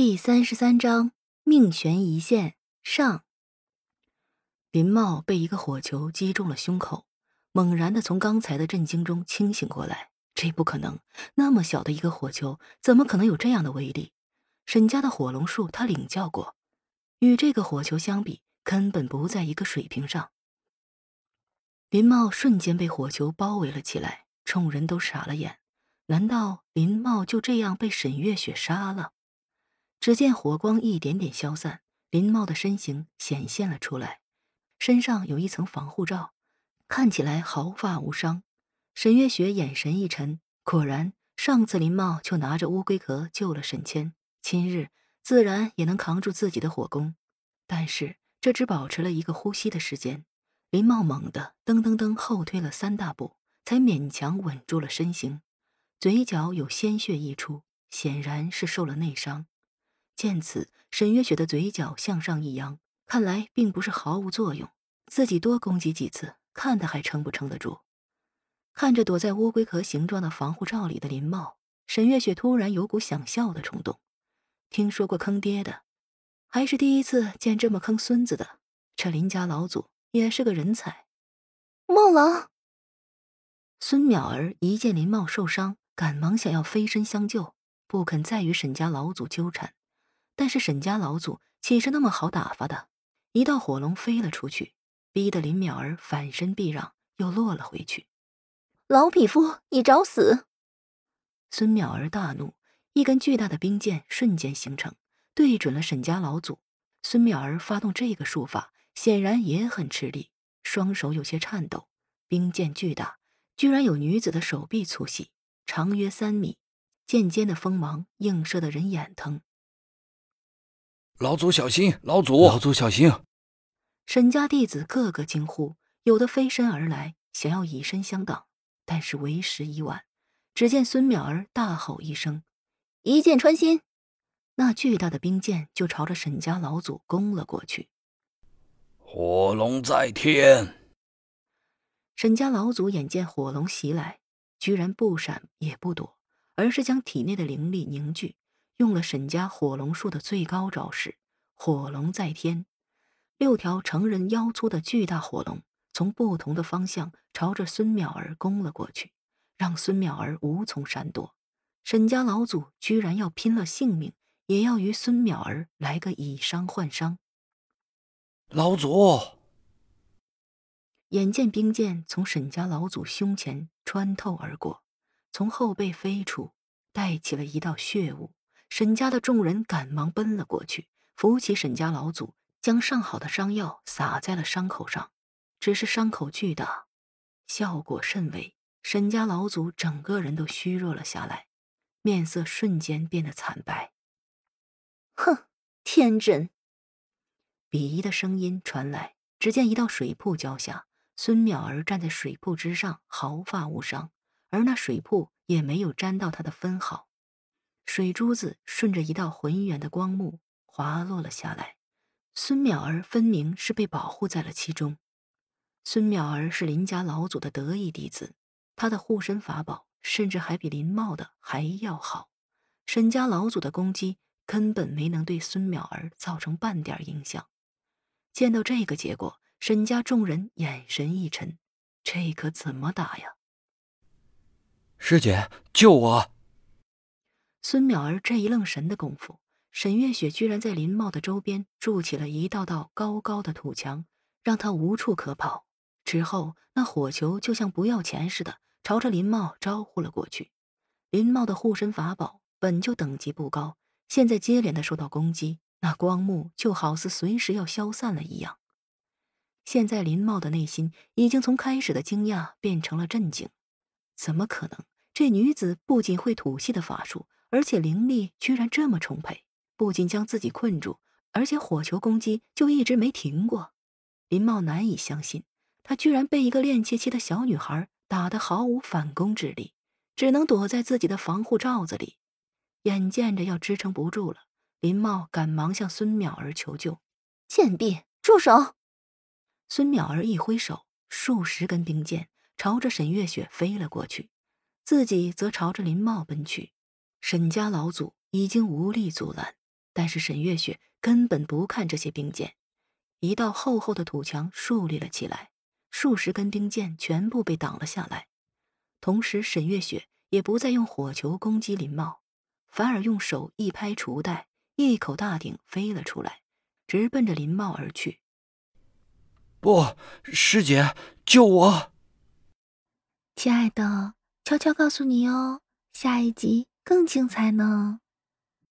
第33章命悬一线上。林茂被一个火球击中了胸口，猛然地从刚才的震惊中清醒过来。这不可能，那么小的一个火球怎么可能有这样的威力？沈家的火龙术他领教过，与这个火球相比根本不在一个水平上。林茂瞬间被火球包围了起来，众人都傻了眼。难道林茂就这样被沈月雪杀了？只见火光一点点消散，林茂的身形显现了出来，身上有一层防护罩，看起来毫发无伤。沈月雪眼神一沉，果然上次林茂就拿着乌龟壳救了沈谦，今日自然也能扛住自己的火攻。但是这只保持了一个呼吸的时间，林茂猛地噔噔噔后退了3大步，才勉强稳住了身形，嘴角有鲜血溢出，显然是受了内伤。见此，沈月雪的嘴角向上一扬，看来并不是毫无作用，自己多攻击几次，看他还撑不撑得住。看着躲在乌龟壳形状的防护罩里的林茂，沈月雪突然有股想笑的冲动。听说过坑爹的，还是第一次见这么坑孙子的，这林家老祖也是个人才。 孟郎， 孙淼儿一见林茂受伤，赶忙想要飞身相救，不肯再与沈家老祖纠缠。但是沈家老祖岂是那么好打发的？一道火龙飞了出去，逼得林淼儿反身避让，又落了回去。 老匹夫，你找死！ 孙淼儿大怒，一根巨大的冰剑瞬间形成，对准了沈家老祖。孙淼儿发动这个术法，显然也很吃力，双手有些颤抖。冰剑巨大，居然有女子的手臂粗细，长约3米，剑尖的锋芒映射得人眼疼。 老祖小心！老祖小心！ 沈家弟子个个惊呼，有的飞身而来，想要以身相挡，但是为时已晚。只见孙淼儿大吼一声， 一剑穿心， 那巨大的冰剑就朝着沈家老祖攻了过去。 火龙在天！ 沈家老祖眼见火龙袭来，居然不闪也不躲，而是将体内的灵力凝聚，用了沈家火龙术的最高招式火龙在天。6条成人腰粗的巨大火龙从不同的方向朝着孙淼儿攻了过去，让孙淼儿无从闪躲。沈家老祖居然要拼了性命，也要与孙淼儿来个以伤换伤。 老祖！ 眼见冰剑从沈家老祖胸前穿透而过，从后背飞出，带起了一道血雾。沈家的众人赶忙奔了过去，扶起沈家老祖，将上好的伤药撒在了伤口上。只是伤口巨大，效果甚微，沈家老祖整个人都虚弱了下来，面色瞬间变得惨白。 哼，天真！ 鄙夷的声音传来，只见一道水瀑浇下，孙淼儿站在水瀑之上，毫发无伤，而那水瀑也没有沾到他的分毫。水珠子顺着一道浑圆的光幕滑落了下来，孙淼儿分明是被保护在了其中。孙淼儿是林家老祖的得意弟子，他的护身法宝甚至还比林茂的还要好。沈家老祖的攻击根本没能对孙淼儿造成半点影响。见到这个结果，沈家众人眼神一沉，这可怎么打呀？ 师姐，救我！ 孙淼儿这一愣神的功夫，沈月雪居然在林茂的周边筑起了一道道高高的土墙，让他无处可跑。之后那火球就像不要钱似的朝着林茂招呼了过去。林茂的护身法宝本就等级不高，现在接连的受到攻击，那光幕就好似随时要消散了一样。现在林茂的内心已经从开始的惊讶变成了震惊。怎么可能？这女子不仅会土系的法术，而且灵力居然这么充沛，不仅将自己困住，而且火球攻击就一直没停过。林茂难以相信，他居然被一个练气期的小女孩打得毫无反攻之力，只能躲在自己的防护罩子里。眼见着要支撑不住了，林茂赶忙向孙淼儿求救：“ 贱婢，住手！” 孙淼儿一挥手，数十根冰箭朝着沈月雪飞了过去，自己则朝着林茂奔去。沈家老祖已经无力阻拦， 但是沈月雪根本不看这些冰剑，一道厚厚的土墙竖立了起来，数十根冰剑全部被挡了下来。同时沈月雪也不再用火球攻击林茂，反而用手一拍厨袋，一口大鼎飞了出来，直奔着林茂而去。 不，师姐，救我！ 亲爱的，悄悄告诉你哦，下一集更精彩呢。